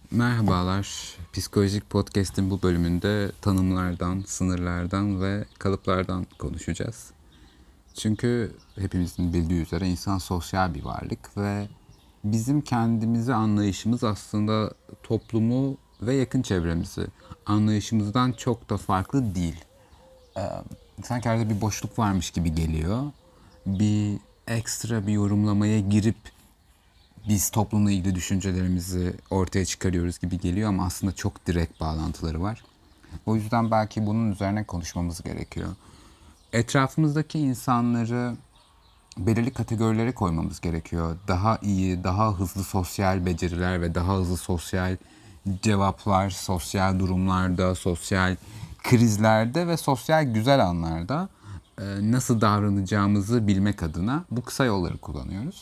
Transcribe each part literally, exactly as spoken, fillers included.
Merhabalar. Psikolojik Podcast'in bu bölümünde tanımlardan, sınırlardan ve kalıplardan konuşacağız. Çünkü hepimizin bildiği üzere insan sosyal bir varlık ve bizim kendimizi anlayışımız aslında toplumu ve yakın çevremizi anlayışımızdan çok da farklı değil. Ee, sanki arada bir boşluk varmış gibi geliyor. Bir ekstra bir yorumlamaya girip biz toplumla ilgili düşüncelerimizi ortaya çıkarıyoruz gibi geliyor ama aslında çok direkt bağlantıları var. O yüzden belki bunun üzerine konuşmamız gerekiyor. Etrafımızdaki insanları belirli kategorilere koymamız gerekiyor. Daha iyi, daha hızlı sosyal beceriler ve daha hızlı sosyal cevaplar, sosyal durumlarda, sosyal krizlerde ve sosyal güzel anlarda nasıl davranacağımızı bilmek adına bu kısa yolları kullanıyoruz.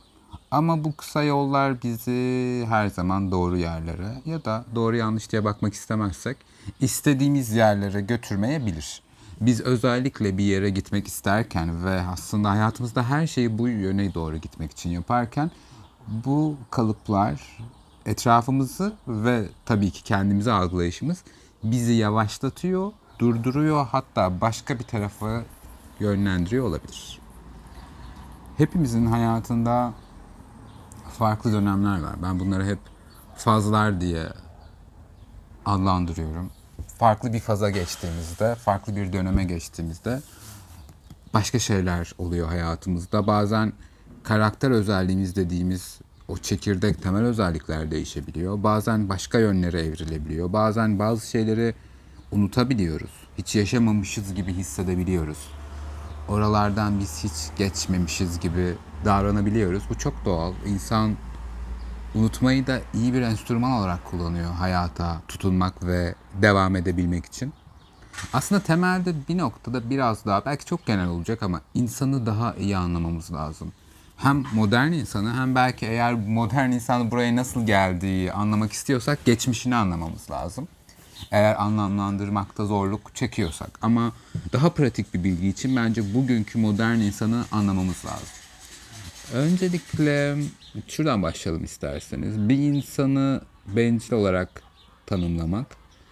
Ama bu kısa yollar bizi her zaman doğru yerlere ya da doğru yanlış diye bakmak istemezsek istediğimiz yerlere götürmeyebilir. Biz özellikle bir yere gitmek isterken ve aslında hayatımızda her şeyi bu yöne doğru gitmek için yaparken bu kalıplar etrafımızı ve tabii ki kendimizi algılayışımız bizi yavaşlatıyor, durduruyor, hatta başka bir tarafa yönlendiriyor olabilir. Hepimizin hayatında farklı dönemler var. Ben bunları hep fazlar diye adlandırıyorum. Farklı bir faza geçtiğimizde, farklı bir döneme geçtiğimizde başka şeyler oluyor hayatımızda. Bazen karakter özelliğimiz dediğimiz o çekirdek temel özellikler değişebiliyor. Bazen başka yönlere evrilebiliyor. Bazen bazı şeyleri unutabiliyoruz. Hiç yaşamamışız gibi hissedebiliyoruz. Oralardan biz hiç geçmemişiz gibi davranabiliyoruz. Bu çok doğal. İnsan unutmayı da iyi bir enstrüman olarak kullanıyor hayata tutunmak ve devam edebilmek için. Aslında temelde bir noktada biraz daha, belki çok genel olacak ama insanı daha iyi anlamamız lazım. Hem modern insanı hem belki eğer modern insanı buraya nasıl geldiği anlamak istiyorsak geçmişini anlamamız lazım. Eğer anlamlandırmakta zorluk çekiyorsak. Ama daha pratik bir bilgi için bence bugünkü modern insanı anlamamız lazım. Öncelikle şuradan başlayalım isterseniz. Bir insanı bencil olarak tanımlamak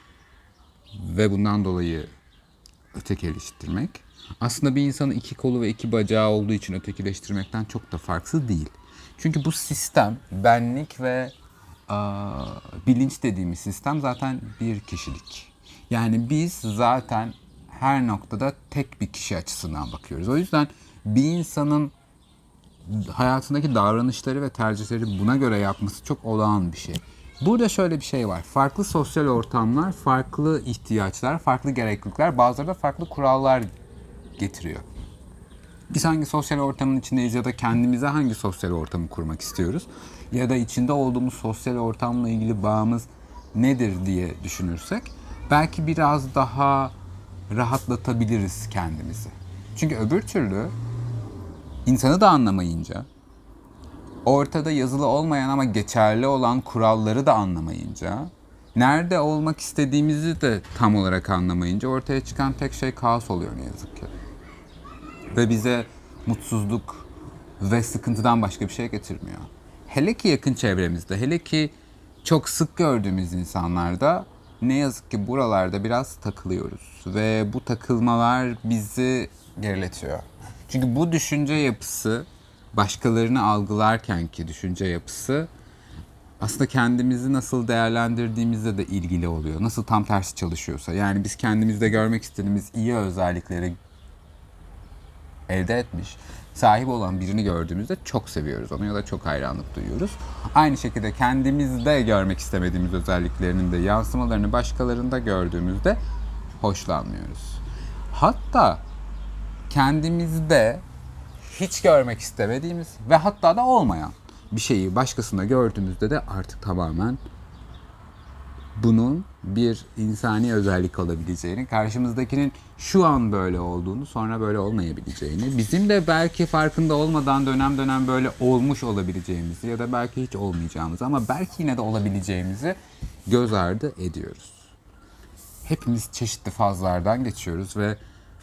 ve bundan dolayı ötekileştirmek aslında bir insanın iki kolu ve iki bacağı olduğu için ötekileştirmekten çok da farksız değil. Çünkü bu sistem, benlik ve aa, bilinç dediğimiz sistem zaten bir kişilik. Yani biz zaten her noktada tek bir kişi açısından bakıyoruz. O yüzden bir insanın hayatındaki davranışları ve tercihleri buna göre yapması çok olağan bir şey. Burada şöyle bir şey var. Farklı sosyal ortamlar, farklı ihtiyaçlar, farklı gereklilikler, bazıları da farklı kurallar getiriyor. Biz hangi sosyal ortamın içindeyiz ya da kendimize hangi sosyal ortamı kurmak istiyoruz? Ya da içinde olduğumuz sosyal ortamla ilgili bağımız nedir diye düşünürsek belki biraz daha rahatlatabiliriz kendimizi. Çünkü öbür türlü insanı da anlamayınca, ortada yazılı olmayan ama geçerli olan kuralları da anlamayınca, nerede olmak istediğimizi de tam olarak anlamayınca ortaya çıkan tek şey kaos oluyor ne yazık ki. Ve bize mutsuzluk ve sıkıntıdan başka bir şey getirmiyor. Hele ki yakın çevremizde, hele ki çok sık gördüğümüz insanlarda ne yazık ki buralarda biraz takılıyoruz. Ve bu takılmalar bizi geriletiyor. Çünkü bu düşünce yapısı, başkalarını algılarkenki düşünce yapısı aslında kendimizi nasıl değerlendirdiğimizle de ilgili oluyor. Nasıl tam tersi çalışıyorsa. Yani biz kendimizde görmek istediğimiz iyi özellikleri elde etmiş, sahip olan birini gördüğümüzde çok seviyoruz onu ya da çok hayranlık duyuyoruz. Aynı şekilde kendimizde görmek istemediğimiz özelliklerinin de yansımalarını başkalarında gördüğümüzde hoşlanmıyoruz. Hatta kendimizde hiç görmek istemediğimiz ve hatta da olmayan bir şeyi başkasında gördüğümüzde de artık tamamen bunun bir insani özellik olabileceğini, karşımızdakinin şu an böyle olduğunu, sonra böyle olmayabileceğini, bizim de belki farkında olmadan dönem dönem böyle olmuş olabileceğimizi ya da belki hiç olmayacağımızı ama belki yine de olabileceğimizi göz ardı ediyoruz. Hepimiz çeşitli fazlardan geçiyoruz ve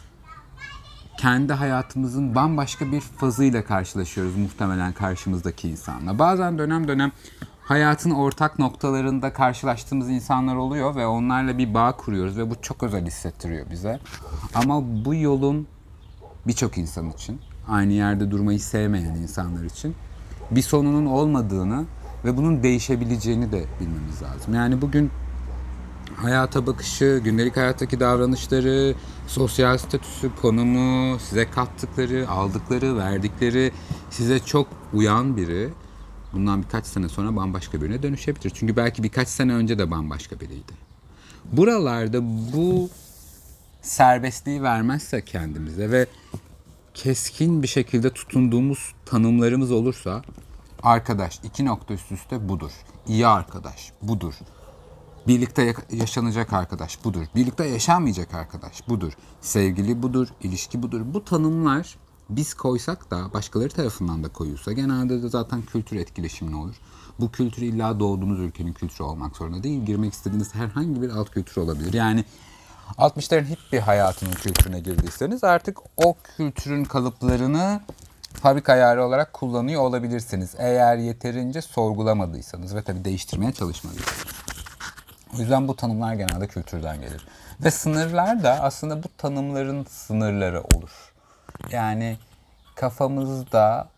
kendi hayatımızın bambaşka bir fazıyla karşılaşıyoruz muhtemelen karşımızdaki insanla. Bazen dönem dönem hayatın ortak noktalarında karşılaştığımız insanlar oluyor ve onlarla bir bağ kuruyoruz ve bu çok özel hissettiriyor bize. Ama bu yolun birçok insan için, aynı yerde durmayı sevmeyen insanlar için bir sonunun olmadığını ve bunun değişebileceğini de bilmemiz lazım. Yani bugün hayata bakışı, gündelik hayattaki davranışları, sosyal statüsü, konumu, size kattıkları, aldıkları, verdikleri size çok uyan biri bundan birkaç sene sonra bambaşka birine dönüşebilir. Çünkü belki birkaç sene önce de bambaşka biriydi. Buralarda bu serbestliği vermezsek kendimize ve keskin bir şekilde tutunduğumuz tanımlarımız olursa, arkadaş iki nokta üst üste budur. İyi arkadaş budur. Birlikte yaşanacak arkadaş budur. Birlikte yaşanmayacak arkadaş budur. Sevgili budur, ilişki budur. Bu tanımlar biz koysak da başkaları tarafından da koyulsa genelde de zaten kültür etkileşimli olur. Bu kültür illa doğduğunuz ülkenin kültürü olmak zorunda değil. Girmek istediğiniz herhangi bir alt kültür olabilir. Yani altmışların hippie hayatının kültürüne girdiyseniz artık o kültürün kalıplarını fabrika ayarı olarak kullanıyor olabilirsiniz. Eğer yeterince sorgulamadıysanız ve tabii değiştirmeye çalışmadıysanız. O yüzden bu tanımlar genelde kültürden gelir. Ve sınırlar da aslında bu tanımların sınırları olur. Yani kafamızda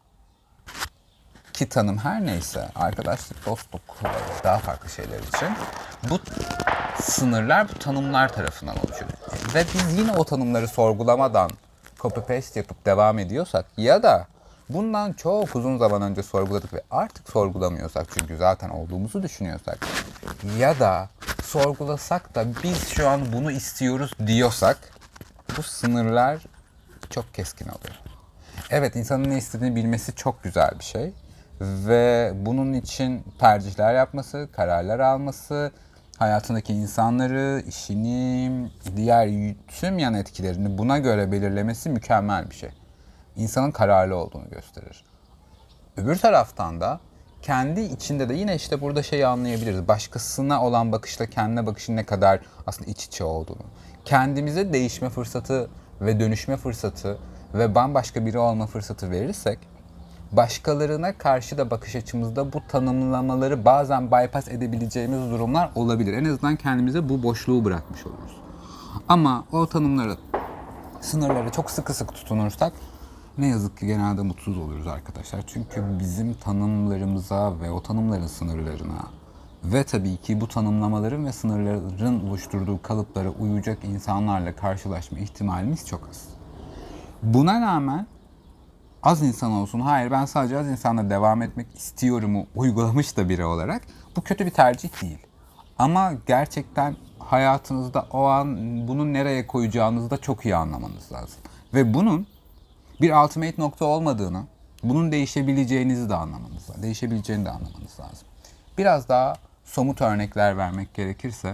ki tanım her neyse, arkadaşlık, dostluk, daha farklı şeyler için bu sınırlar bu tanımlar tarafından oluşuyor. Ve biz yine o tanımları sorgulamadan copy paste yapıp devam ediyorsak ya da bundan çok uzun zaman önce sorguladık ve artık sorgulamıyorsak çünkü zaten olduğumuzu düşünüyorsak ya da sorgulasak da biz şu an bunu istiyoruz diyorsak bu sınırlar çok keskin oluyor. Evet, insanın ne istediğini bilmesi çok güzel bir şey ve bunun için tercihler yapması, kararlar alması, hayatındaki insanları, işini, diğer tüm yan etkilerini buna göre belirlemesi mükemmel bir şey. İnsanın kararlı olduğunu gösterir. Öbür taraftan da kendi içinde de yine işte burada şeyi anlayabiliriz. Başkasına olan bakışla kendine bakışın ne kadar aslında iç içe olduğunu. Kendimize değişme fırsatı ve dönüşme fırsatı ve bambaşka biri olma fırsatı verirsek başkalarına karşı da bakış açımızda bu tanımlamaları bazen bypass edebileceğimiz durumlar olabilir. En azından kendimize bu boşluğu bırakmış oluruz. Ama o tanımları, sınırları çok sıkı sıkı tutunursak ne yazık ki genelde mutsuz oluruz arkadaşlar. Çünkü bizim tanımlarımıza ve o tanımların sınırlarına ve tabii ki bu tanımlamaların ve sınırların oluşturduğu kalıplara uyacak insanlarla karşılaşma ihtimalimiz çok az. Buna rağmen az insan olsun, hayır ben sadece az insanla devam etmek istiyorumu uygulamış da biri olarak bu kötü bir tercih değil. Ama gerçekten hayatınızda o an bunu nereye koyacağınızı da çok iyi anlamanız lazım. Ve bunun bir ultimate nokta olmadığını, bunun değişebileceğinizi de anlamanız lazım. Değişebileceğini de anlamanız lazım. Biraz daha somut örnekler vermek gerekirse,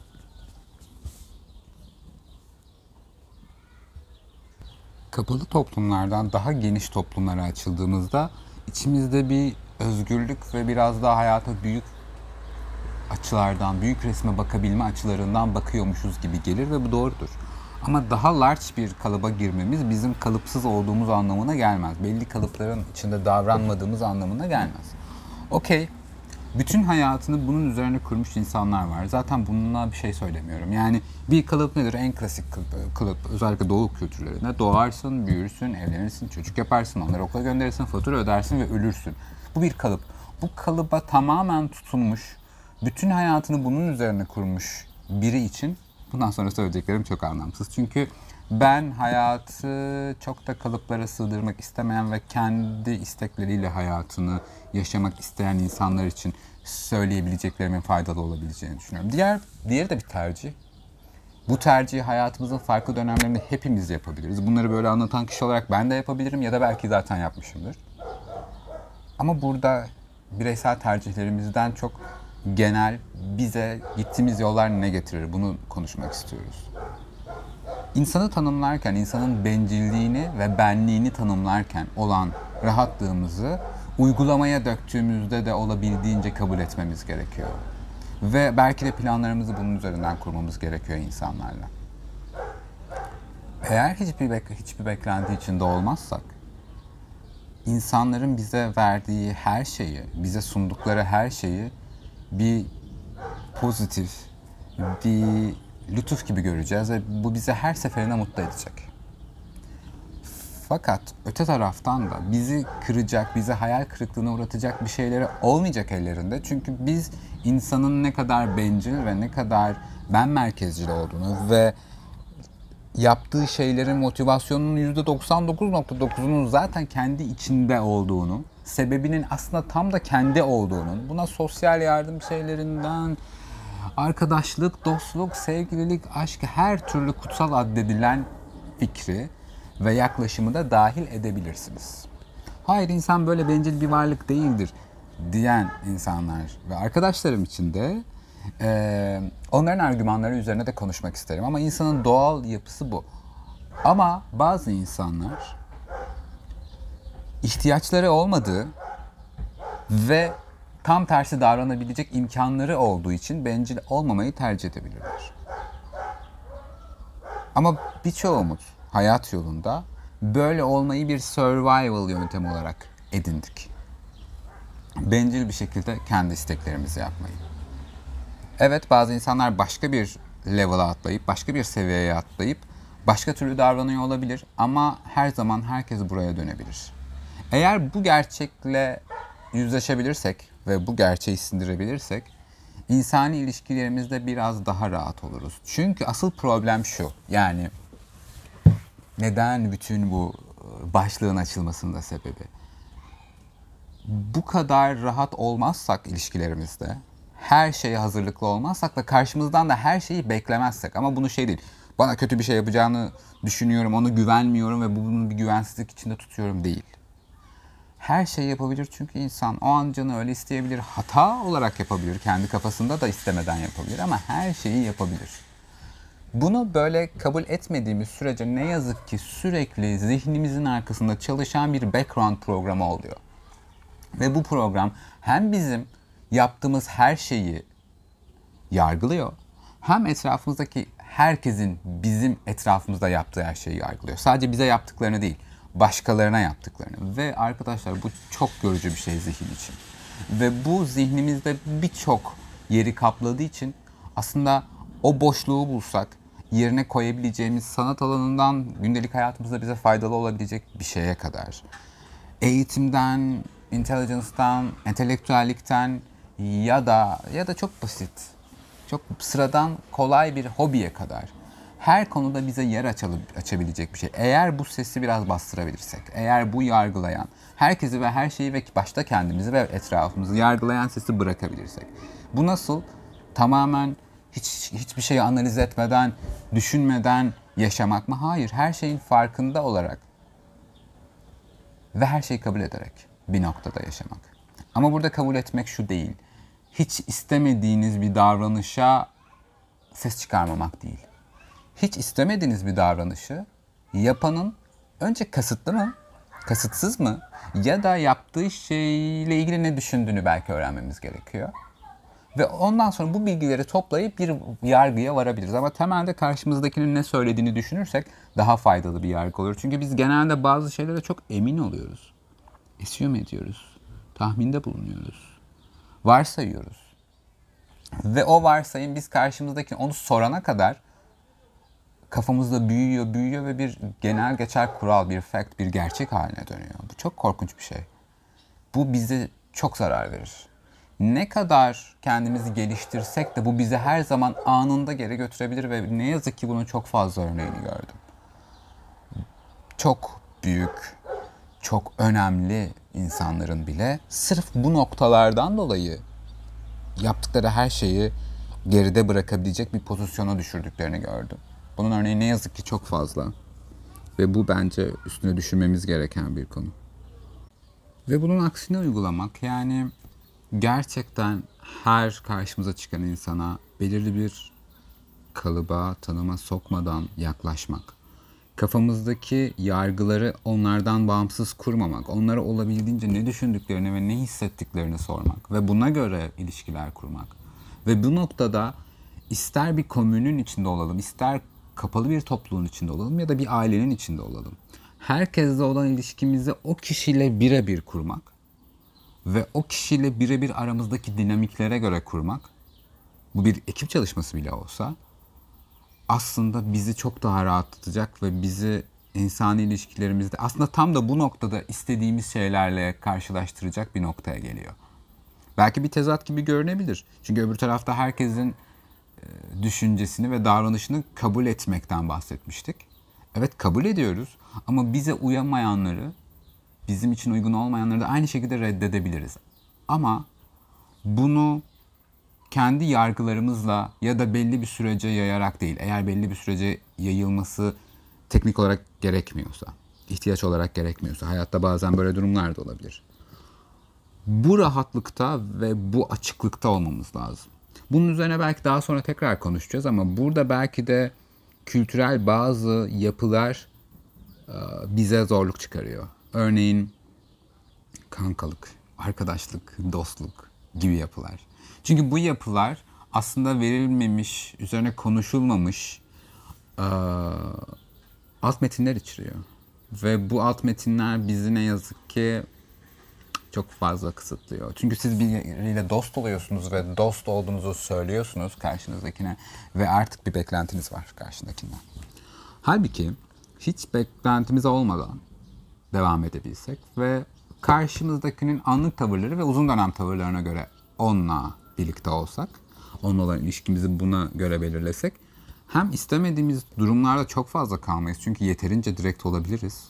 kapalı toplumlardan daha geniş toplumlara açıldığımızda içimizde bir özgürlük ve biraz daha hayata büyük açılardan, büyük resme bakabilme açılarından bakıyormuşuz gibi gelir ve bu doğrudur. Ama daha large bir kalıba girmemiz bizim kalıpsız olduğumuz anlamına gelmez. Belli kalıpların içinde davranmadığımız anlamına gelmez. Okey, bütün hayatını bunun üzerine kurmuş insanlar var. Zaten bununla bir şey söylemiyorum. Yani bir kalıp nedir? En klasik kalıp, özellikle doğu kültürlerinde doğarsın, büyürsün, evlenirsin, çocuk yaparsın, onları okula gönderirsin, fatura ödersin ve ölürsün. Bu bir kalıp. Bu kalıba tamamen tutunmuş, bütün hayatını bunun üzerine kurmuş biri için bundan sonra söyleyeceklerim çok anlamsız. Çünkü ben hayatı çok da kalıplara sığdırmak istemeyen ve kendi istekleriyle hayatını yaşamak isteyen insanlar için söyleyebileceklerimin faydalı olabileceğini düşünüyorum. Diğer, diğeri de bir tercih. Bu tercihi hayatımızın farklı dönemlerinde hepimiz yapabiliriz. Bunları böyle anlatan kişi olarak ben de yapabilirim ya da belki zaten yapmışımdır. Ama burada bireysel tercihlerimizden çok genel, bize gittiğimiz yollar ne getirir bunu konuşmak istiyoruz. İnsanı tanımlarken, insanın bencilliğini ve benliğini tanımlarken olan rahatlığımızı uygulamaya döktüğümüzde de olabildiğince kabul etmemiz gerekiyor. Ve belki de planlarımızı bunun üzerinden kurmamız gerekiyor insanlarla. Eğer hiçbir, bek- hiçbir beklenti içinde olmazsak, insanların bize verdiği her şeyi, bize sundukları her şeyi bir pozitif, bir lütuf gibi göreceğiz ve bu bizi her seferinde mutlu edecek. Fakat öte taraftan da bizi kıracak, bizi hayal kırıklığına uğratacak bir şeyleri olmayacak ellerinde. Çünkü biz insanın ne kadar bencil ve ne kadar ben merkezcil olduğunu ve yaptığı şeylerin motivasyonunun yüzde doksan dokuz nokta dokuzunun zaten kendi içinde olduğunu, sebebinin aslında tam da kendi olduğunun, buna sosyal yardım şeylerinden, arkadaşlık, dostluk, sevgililik, aşk, her türlü kutsal addedilen fikri ve yaklaşımı da dahil edebilirsiniz. Hayır, insan böyle bencil bir varlık değildir diyen insanlar ve arkadaşlarım için de e, onların argümanları üzerine de konuşmak isterim. Ama insanın doğal yapısı bu. Ama bazı insanlar ihtiyaçları olmadığı ve tam tersi davranabilecek imkanları olduğu için bencil olmamayı tercih edebilirler. Ama birçoğumuz hayat yolunda böyle olmayı bir survival yöntemi olarak edindik. Bencil bir şekilde kendi isteklerimizi yapmayı. Evet, bazı insanlar başka bir level'a atlayıp, başka bir seviyeye atlayıp başka türlü davranıyor olabilir ama her zaman herkes buraya dönebilir. Eğer bu gerçekle yüzleşebilirsek ve bu gerçeği sindirebilirsek insani ilişkilerimizde biraz daha rahat oluruz. Çünkü asıl problem şu, yani neden bütün bu başlığın açılmasının da sebebi? Bu kadar rahat olmazsak ilişkilerimizde, her şeye hazırlıklı olmazsak ve karşımızdan da her şeyi beklemezsek, ama bunu şey değil, bana kötü bir şey yapacağını düşünüyorum, onu güvenmiyorum ve bunu bir güvensizlik içinde tutuyorum değil. Her şeyi yapabilir çünkü insan o an canı öyle isteyebilir, hata olarak yapabilir, kendi kafasında da istemeden yapabilir ama her şeyi yapabilir. Bunu böyle kabul etmediğimiz sürece ne yazık ki sürekli zihnimizin arkasında çalışan bir background programı oluyor. Ve bu program hem bizim yaptığımız her şeyi yargılıyor, hem etrafımızdaki herkesin bizim etrafımızda yaptığı her şeyi yargılıyor. Sadece bize yaptıklarını değil, başkalarına yaptıklarını. Ve arkadaşlar bu çok yorucu bir şey zihin için. Ve bu zihnimizde birçok yeri kapladığı için aslında o boşluğu bulsak, yerine koyabileceğimiz sanat alanından gündelik hayatımızda bize faydalı olabilecek bir şeye kadar, eğitimden, intelligence'dan, entelektüellikten ya da ya da çok basit, çok sıradan kolay bir hobiye kadar her konuda bize yer açalı, açabilecek bir şey. Eğer bu sesi biraz bastırabilirsek, eğer bu yargılayan, herkesi ve her şeyi ve başta kendimizi ve etrafımızı yargılayan sesi bırakabilirsek. Bu nasıl? Tamamen hiç hiçbir şeyi analiz etmeden, düşünmeden yaşamak mı? Hayır, her şeyin farkında olarak ve her şeyi kabul ederek bir noktada yaşamak. Ama burada kabul etmek şu değil. Hiç istemediğiniz bir davranışa ses çıkarmamak değil. Hiç istemediğiniz bir davranışı yapanın önce kasıtlı mı, kasıtsız mı ya da yaptığı şeyle ilgili ne düşündüğünü belki öğrenmemiz gerekiyor. Ve ondan sonra bu bilgileri toplayıp bir yargıya varabiliriz. Ama temelde karşımızdakinin ne söylediğini düşünürsek daha faydalı bir yargı olur. Çünkü biz genelde bazı şeylere çok emin oluyoruz. Assume ediyoruz. Tahminde bulunuyoruz. Varsayıyoruz. Ve o varsayım biz karşımızdaki onu sorana kadar kafamızda büyüyor, büyüyor ve bir genel geçer kural, bir fact, bir gerçek haline dönüyor. Bu çok korkunç bir şey. Bu bize çok zarar verir. Ne kadar kendimizi geliştirsek de bu bizi her zaman anında geri götürebilir ve ne yazık ki bunun çok fazla örneğini gördüm. Çok büyük, çok önemli insanların bile sırf bu noktalardan dolayı yaptıkları her şeyi geride bırakabilecek bir pozisyona düşürdüklerini gördüm. Bunun örneği ne yazık ki çok fazla. Ve bu bence üstüne düşünmemiz gereken bir konu. Ve bunun aksine uygulamak, yani gerçekten her karşımıza çıkan insana belirli bir kalıba, tanıma sokmadan yaklaşmak. Kafamızdaki yargıları onlardan bağımsız kurmamak, onlara olabildiğince ne düşündüklerini ve ne hissettiklerini sormak ve buna göre ilişkiler kurmak. Ve bu noktada ister bir komünün içinde olalım, ister kapalı bir topluluğun içinde olalım ya da bir ailenin içinde olalım. herkesle olan ilişkimizi o kişiyle birebir kurmak ve o kişiyle birebir aramızdaki dinamiklere göre kurmak, bu bir ekip çalışması bile olsa, aslında bizi çok daha rahatlatacak ve bizi insani ilişkilerimizde aslında tam da bu noktada istediğimiz şeylerle karşılaştıracak bir noktaya geliyor. Belki bir tezat gibi görünebilir. Çünkü öbür tarafta herkesin düşüncesini ve davranışını kabul etmekten bahsetmiştik. Evet, kabul ediyoruz ama bize uyamayanları, bizim için uygun olmayanları da aynı şekilde reddedebiliriz. Ama bunu kendi yargılarımızla ya da belli bir sürece yayarak değil, eğer belli bir sürece yayılması teknik olarak gerekmiyorsa, ihtiyaç olarak gerekmiyorsa, hayatta bazen böyle durumlar da olabilir. Bu rahatlıkta ve bu açıklıkta olmamız lazım. Bunun üzerine belki daha sonra tekrar konuşacağız ama burada belki de kültürel bazı yapılar bize zorluk çıkarıyor. Örneğin kankalık, arkadaşlık, dostluk gibi yapılar. Çünkü bu yapılar aslında verilmemiş, üzerine konuşulmamış alt metinler içeriyor. Ve bu alt metinler bizi ne yazık ki çok fazla kısıtlıyor. Çünkü siz biriyle dost oluyorsunuz ve dost olduğunuzu söylüyorsunuz karşınızdakine ve artık bir beklentiniz var karşındakinden. Halbuki hiç beklentimiz olmadan devam edebilsek ve karşımızdakinin anlık tavırları ve uzun dönem tavırlarına göre onunla birlikte olsak, onunla olan ilişkimizi buna göre belirlesek, hem istemediğimiz durumlarda çok fazla kalmayız çünkü yeterince direkt olabiliriz.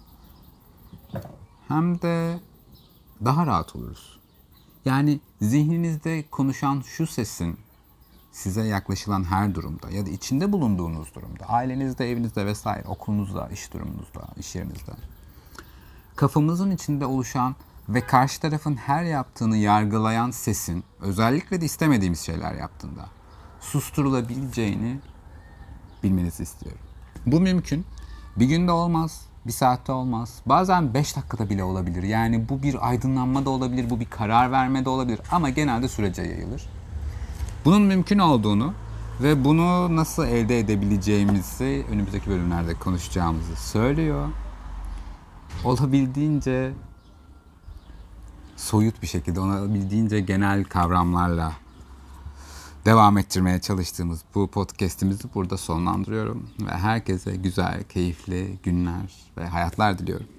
Hem de daha rahat oluruz. Yani zihninizde konuşan şu sesin size yaklaşılan her durumda ya da içinde bulunduğunuz durumda, ailenizde, evinizde vesaire, okulunuzda, iş durumunuzda, iş yerinizde, kafamızın içinde oluşan ve karşı tarafın her yaptığını yargılayan sesin, özellikle de istemediğimiz şeyler yaptığında susturulabileceğini bilmenizi istiyorum. Bu mümkün. Bir günde olmaz, bir saatte olmaz. Bazen beş dakikada bile olabilir. Yani bu bir aydınlanma da olabilir, bu bir karar verme de olabilir. Ama genelde sürece yayılır. Bunun mümkün olduğunu ve bunu nasıl elde edebileceğimizi önümüzdeki bölümlerde konuşacağımızı söylüyor. Olabildiğince soyut bir şekilde, olabildiğince genel kavramlarla devam ettirmeye çalıştığımız bu podcast'imizi burada sonlandırıyorum. Ve herkese güzel, keyifli günler ve hayatlar diliyorum.